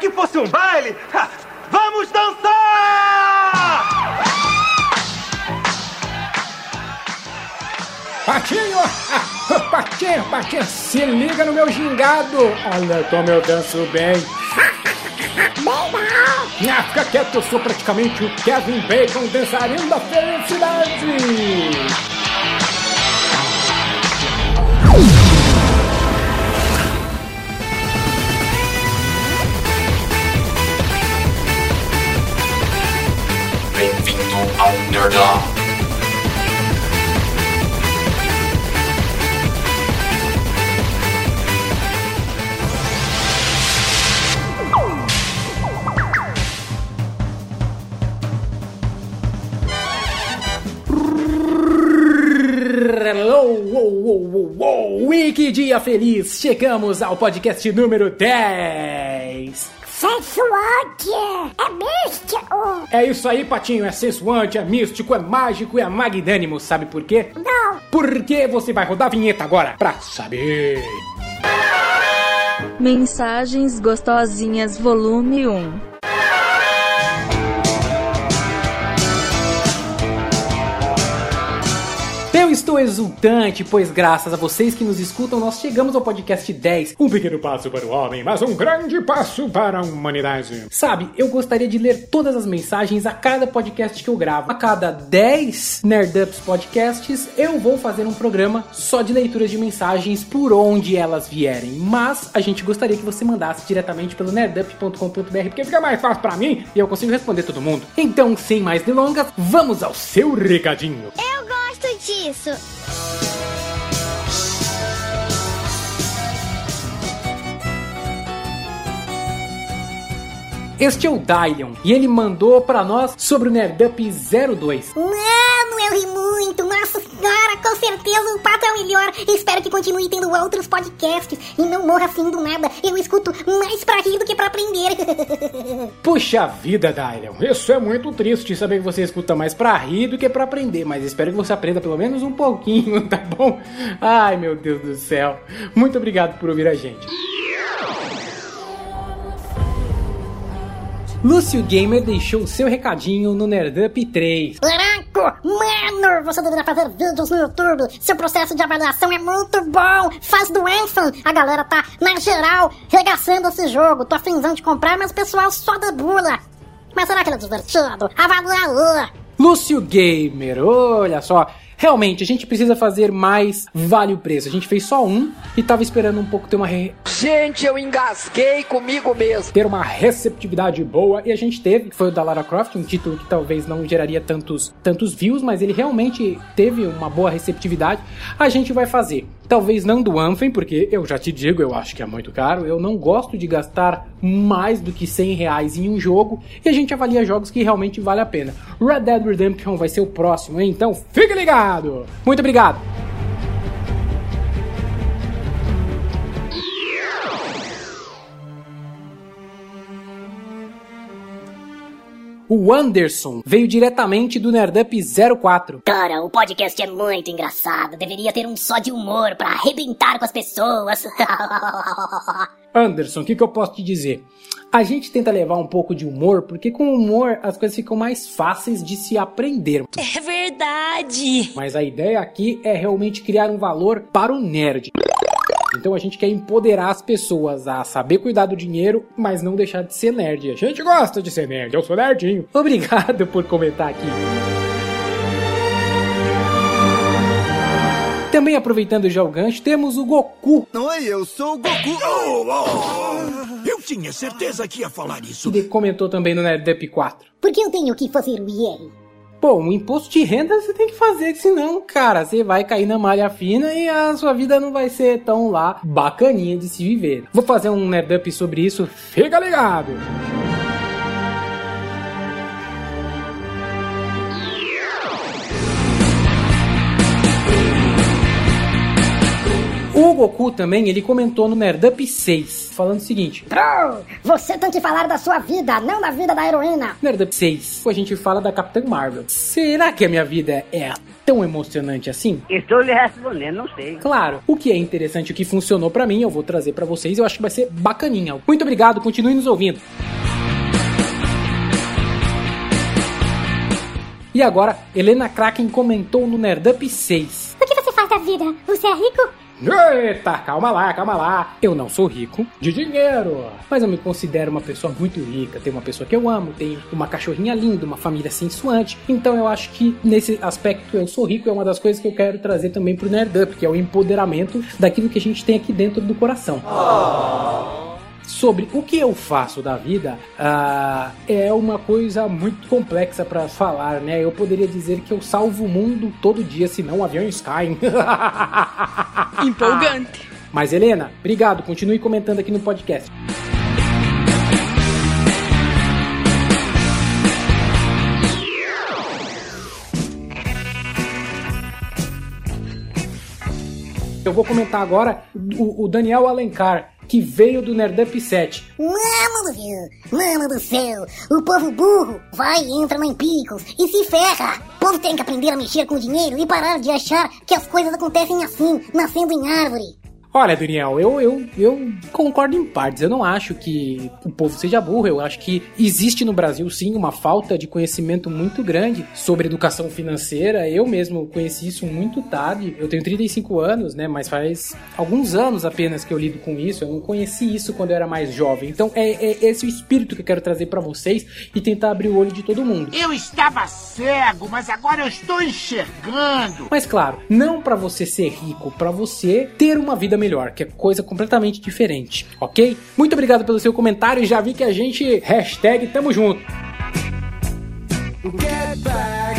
aqui fosse um baile, vamos dançar! Patinho, se liga no meu gingado. Olha como eu danço bem. Fica quieto, eu sou praticamente o Kevin Bacon, dançarino da felicidade. Bem-vindo ao Nerdão. E que dia feliz! Chegamos ao podcast número 10! Sensuante! É místico! É isso aí, Patinho, é sensuante, é místico, é mágico e é magnânimo, sabe por quê? Não! Porque você vai rodar a vinheta agora pra saber! Mensagens Gostosinhas, volume 1. Eu estou exultante, pois graças a vocês que nos escutam, nós chegamos ao podcast 10. Um pequeno passo para o homem, mas um grande passo para a humanidade. Sabe, eu gostaria de ler todas as mensagens a cada podcast que eu gravo. A cada 10 Nerdups podcasts, eu vou fazer um programa só de leituras de mensagens por onde elas vierem. Mas a gente gostaria que você mandasse diretamente pelo nerdup.com.br, porque fica mais fácil para mim e eu consigo responder todo mundo. Então, sem mais delongas, vamos ao seu recadinho. Eu gosto disso. Este é o Dylion, e ele mandou pra nós sobre o Nerdup 02. Mano, eu ri muito. Nossa senhora, com certeza o pato é o melhor. Espero que continue tendo outros podcasts e não morra assim do nada. Eu escuto mais pra rir do que pra aprender. Puxa vida, Dylion, isso é muito triste saber que você escuta mais pra rir do que pra aprender, mas espero que você aprenda pelo menos um pouquinho, tá bom? Ai, meu Deus do céu. Muito obrigado por ouvir a gente. Lúcio Gamer deixou o seu recadinho no Nerdup 3. Branco, mano, você deveria fazer vídeos no YouTube. Seu processo de avaliação é muito bom. Faz do Anthem. A galera tá, na geral, regaçando esse jogo. Tô afinzão de comprar, mas o pessoal só debula. Mas será que ele é divertido? Avalia aí. Lúcio Gamer, olha só. Realmente, a gente precisa fazer mais vale o preço. A gente fez só um e tava esperando um pouco ter uma... Gente, eu engasguei comigo mesmo. Ter uma receptividade boa, e a gente teve, que foi o da Lara Croft, um título que talvez não geraria tantos views, mas ele realmente teve uma boa receptividade. A gente vai fazer. Talvez não do Anthem, porque eu já te digo, eu acho que é muito caro. Eu não gosto de gastar mais do que R$100 em um jogo, e a gente avalia jogos que realmente vale a pena. Red Dead Redemption vai ser o próximo, hein? Então fique ligado! Muito obrigado! O Anderson veio diretamente do Nerdup 04. Cara, o podcast é muito engraçado. Deveria ter um só de humor pra arrebentar com as pessoas. Anderson, o que eu posso te dizer? A gente tenta levar um pouco de humor, porque com humor as coisas ficam mais fáceis de se aprender. É verdade! Mas a ideia aqui é realmente criar um valor para o nerd. Então a gente quer empoderar as pessoas a saber cuidar do dinheiro, mas não deixar de ser nerd. A gente gosta de ser nerd, eu sou nerdinho. Obrigado por comentar aqui. Também aproveitando já o gancho, temos o Goku. Oi, eu sou o Goku. Eu tinha certeza que ia falar isso. Ele comentou também no Nerdup 4. Por que eu tenho que fazer o IR? Pô, um imposto de renda você tem que fazer, senão, cara, você vai cair na malha fina e a sua vida não vai ser tão lá bacaninha de se viver. Vou fazer um Nerdup sobre isso, fica ligado! O Goku também, ele comentou no Nerdup 6, falando o seguinte: você tem que falar da sua vida, não da vida da heroína. Nerdup 6, a gente fala da Capitã Marvel. Será que a minha vida é tão emocionante assim? Estou lhe respondendo, não sei. Claro, o que é interessante, o que funcionou pra mim, eu vou trazer pra vocês, eu acho que vai ser bacaninha. Muito obrigado, continue nos ouvindo. E agora, Helena Kraken comentou no Nerdup 6. O que você faz da vida? Você é rico? Eita, calma lá. Eu não sou rico de dinheiro, mas eu me considero uma pessoa muito rica. Tenho uma pessoa que eu amo, tenho uma cachorrinha linda, uma família sensuante. Então eu acho que nesse aspecto eu sou rico, é uma das coisas que eu quero trazer também pro Nerdup, que é o empoderamento daquilo que a gente tem aqui dentro do coração. Sobre o que eu faço da vida, é uma coisa muito complexa pra falar, né? Eu poderia dizer que eu salvo o mundo todo dia, senão aviões caem. Empolgante. Mas Helena, obrigado, continue comentando aqui no podcast. Eu vou comentar agora o Daniel Alencar, que veio do Nerdup 7. Mano do céu, o povo burro vai e entra na Empíricos e se ferra. O povo tem que aprender a mexer com dinheiro e parar de achar que as coisas acontecem assim, nascendo em árvore. Olha, Daniel, eu concordo em partes. Eu não acho que o povo seja burro. Eu acho que existe no Brasil, sim, uma falta de conhecimento muito grande sobre educação financeira. Eu mesmo conheci isso muito tarde. Eu tenho 35 anos, né? Mas faz alguns anos apenas que eu lido com isso. Eu não conheci isso quando eu era mais jovem. Então, é esse o espírito que eu quero trazer pra vocês e tentar abrir o olho de todo mundo. Eu estava cego, mas agora eu estou enxergando. Mas, claro, não pra você ser rico, pra você ter uma vida melhor, que é coisa completamente diferente, ok? Muito obrigado pelo seu comentário e já vi que a gente #tamo junto. Get back.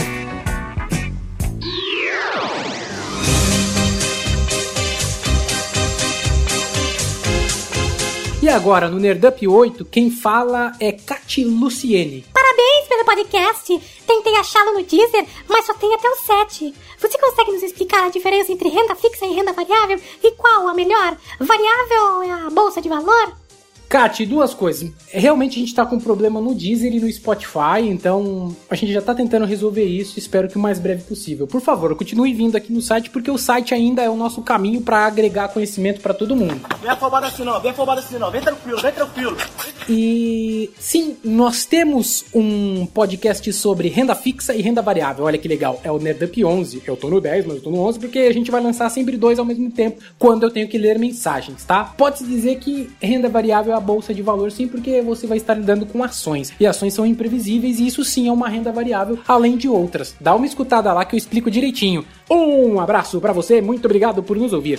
E agora, no Nerdup 8, quem fala é Cati Luciene. Parabéns pelo podcast. Tentei achá-lo no Deezer, mas só tem até o 7. Você consegue nos explicar a diferença entre renda fixa e renda variável? E qual a melhor? Variável é a bolsa de valor? Cati, duas coisas. Realmente a gente tá com um problema no Deezer e no Spotify, então a gente já tá tentando resolver isso, espero que o mais breve possível. Por favor, continue vindo aqui no site, porque o site ainda é o nosso caminho pra agregar conhecimento pra todo mundo. Vem afobado assim não, vem tranquilo. E sim, nós temos um podcast sobre renda fixa e renda variável, olha que legal, é o Nerdup 11. Eu tô no 10, mas eu tô no 11 porque a gente vai lançar sempre 2 ao mesmo tempo, quando eu tenho que ler mensagens, tá? Pode-se dizer que renda variável é a bolsa de valor, sim, porque você vai estar lidando com ações, e ações são imprevisíveis, e isso sim é uma renda variável, além de outras. Dá uma escutada lá que eu explico direitinho. Um abraço pra você, muito obrigado por nos ouvir.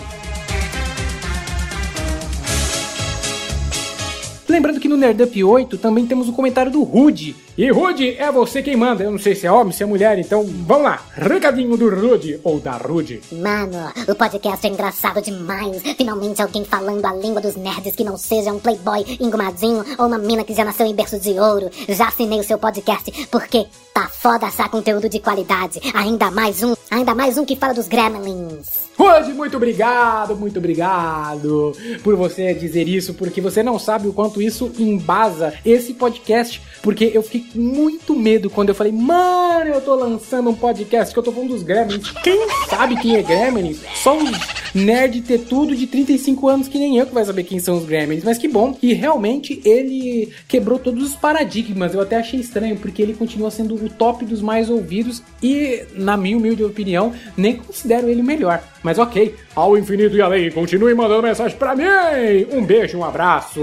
Lembrando que no Nerdup 8 também temos o comentário do Rude. E Rude, é você quem manda. Eu não sei se é homem, se é mulher, então vamos lá. Recadinho do Rude, ou da Rude. Mano, o podcast é engraçado demais. Finalmente alguém falando a língua dos nerds que não seja um playboy engomadinho ou uma mina que já nasceu em berço de ouro. Já assinei o seu podcast porque tá foda achar conteúdo de qualidade. Ainda mais um que fala dos gremlins. Rude, muito obrigado por você dizer isso, porque você não sabe o quanto isso embasa esse podcast, porque eu fiquei com muito medo quando eu falei, mano, eu tô lançando um podcast que eu tô falando dos Gremlins. Quem sabe quem é Gremlins? Só os nerd ter tudo de 35 anos que nem eu que vai saber quem são os Gremlins, mas que bom que realmente ele quebrou todos os paradigmas. Eu até achei estranho, porque ele continua sendo o top dos mais ouvidos e, na minha humilde opinião, nem considero ele melhor. Mas ok, ao infinito e além, continue mandando mensagem pra mim. Um beijo, um abraço.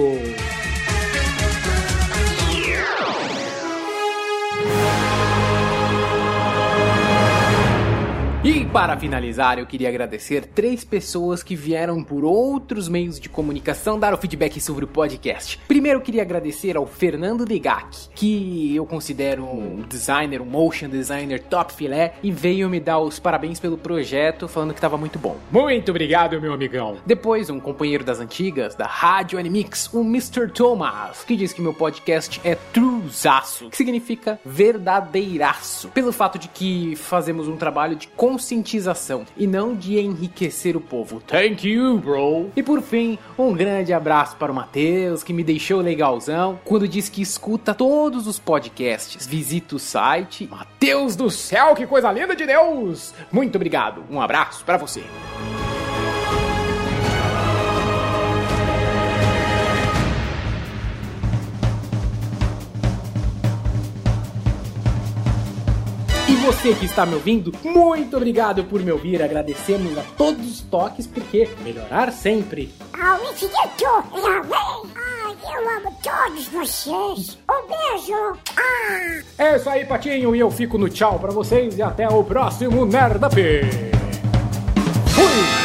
E para finalizar, eu queria agradecer 3 pessoas que vieram por outros meios de comunicação dar o feedback sobre o podcast. Primeiro, eu queria agradecer ao Fernando Degac, que eu considero um designer, um motion designer top filé, e veio me dar os parabéns pelo projeto, falando que estava muito bom. Muito obrigado, meu amigão. Depois, um companheiro das antigas, da Rádio Animix, o Mr. Thomas, que diz que meu podcast é truzaço, que significa verdadeiraço, pelo fato de que fazemos um trabalho de conscientização conscientização e não de enriquecer o povo. Thank you, bro! E por fim, um grande abraço para o Matheus, que me deixou legalzão quando disse que escuta todos os podcasts. Visita o site. Matheus do céu, que coisa linda de Deus! Muito obrigado, um abraço para você. E você que está me ouvindo, muito obrigado por me ouvir. Agradecemos a todos os toques, porque melhorar sempre. Ao infinito e além. Ai, eu amo todos vocês. Um beijo. É isso aí, Patinho, e eu fico no tchau pra vocês e até o próximo Nerd Up. Fui!